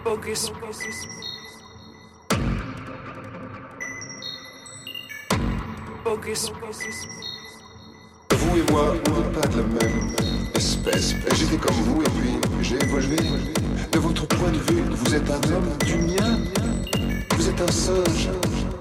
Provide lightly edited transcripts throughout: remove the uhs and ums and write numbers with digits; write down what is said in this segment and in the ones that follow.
Vous et moi, on n'est pas de la même espèce. J'étais comme vous et puis j'ai évolué. De votre point de vue, vous êtes un homme, du mien, vous êtes un singe.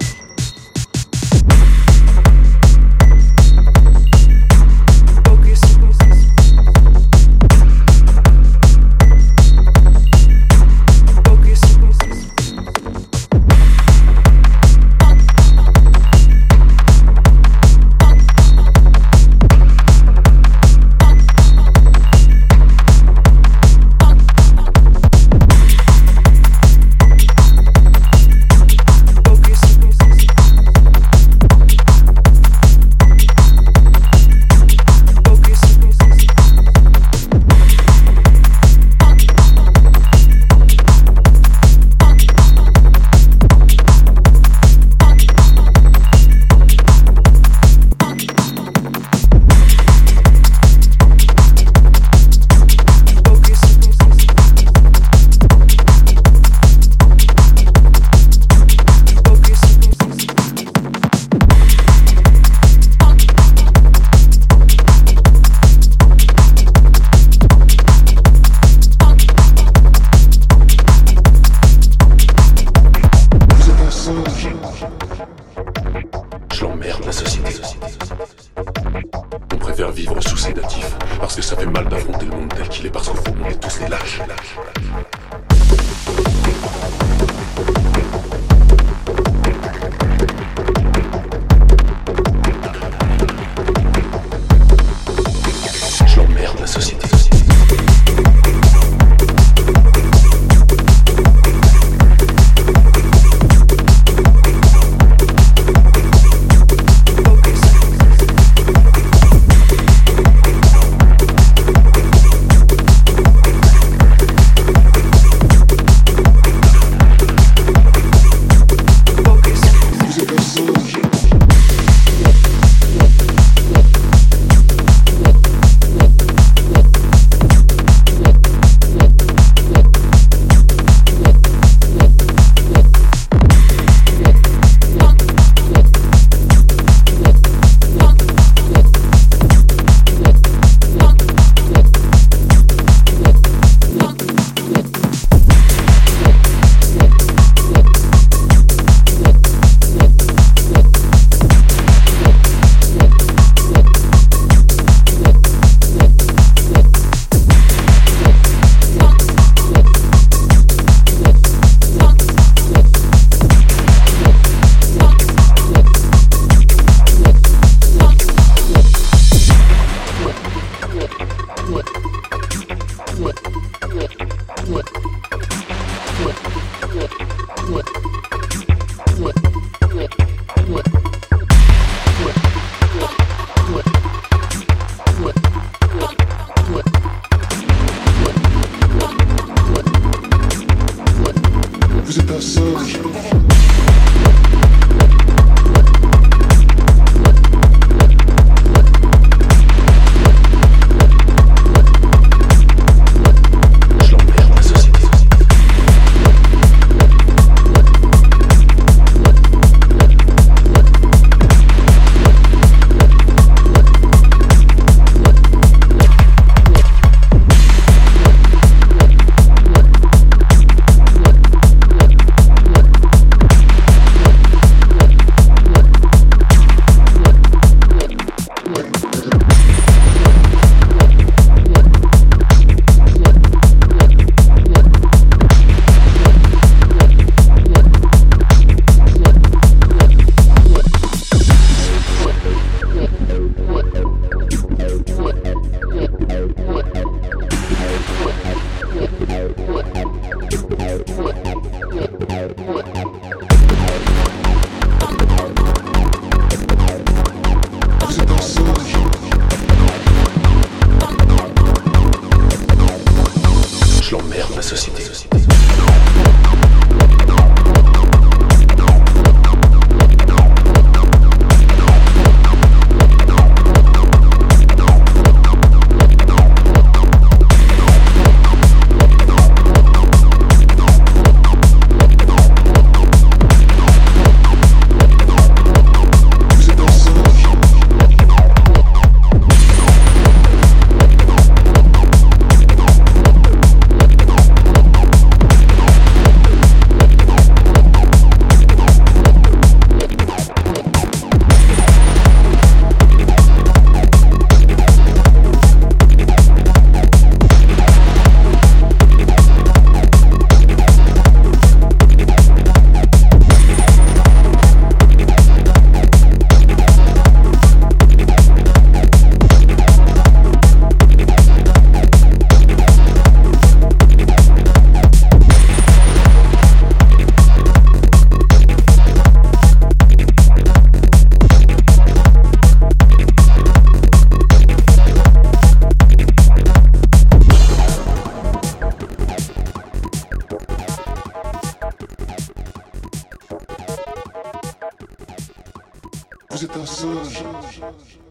Je l'emmerde, la société. On préfère vivre sous sédatif, parce que ça fait mal d'affronter le monde tel qu'il est, parce qu'au fond, on est tous des lâches. Je l'emmerde, la société. Vous êtes un singe. Je l'emmerde, la société. Vous êtes un singe.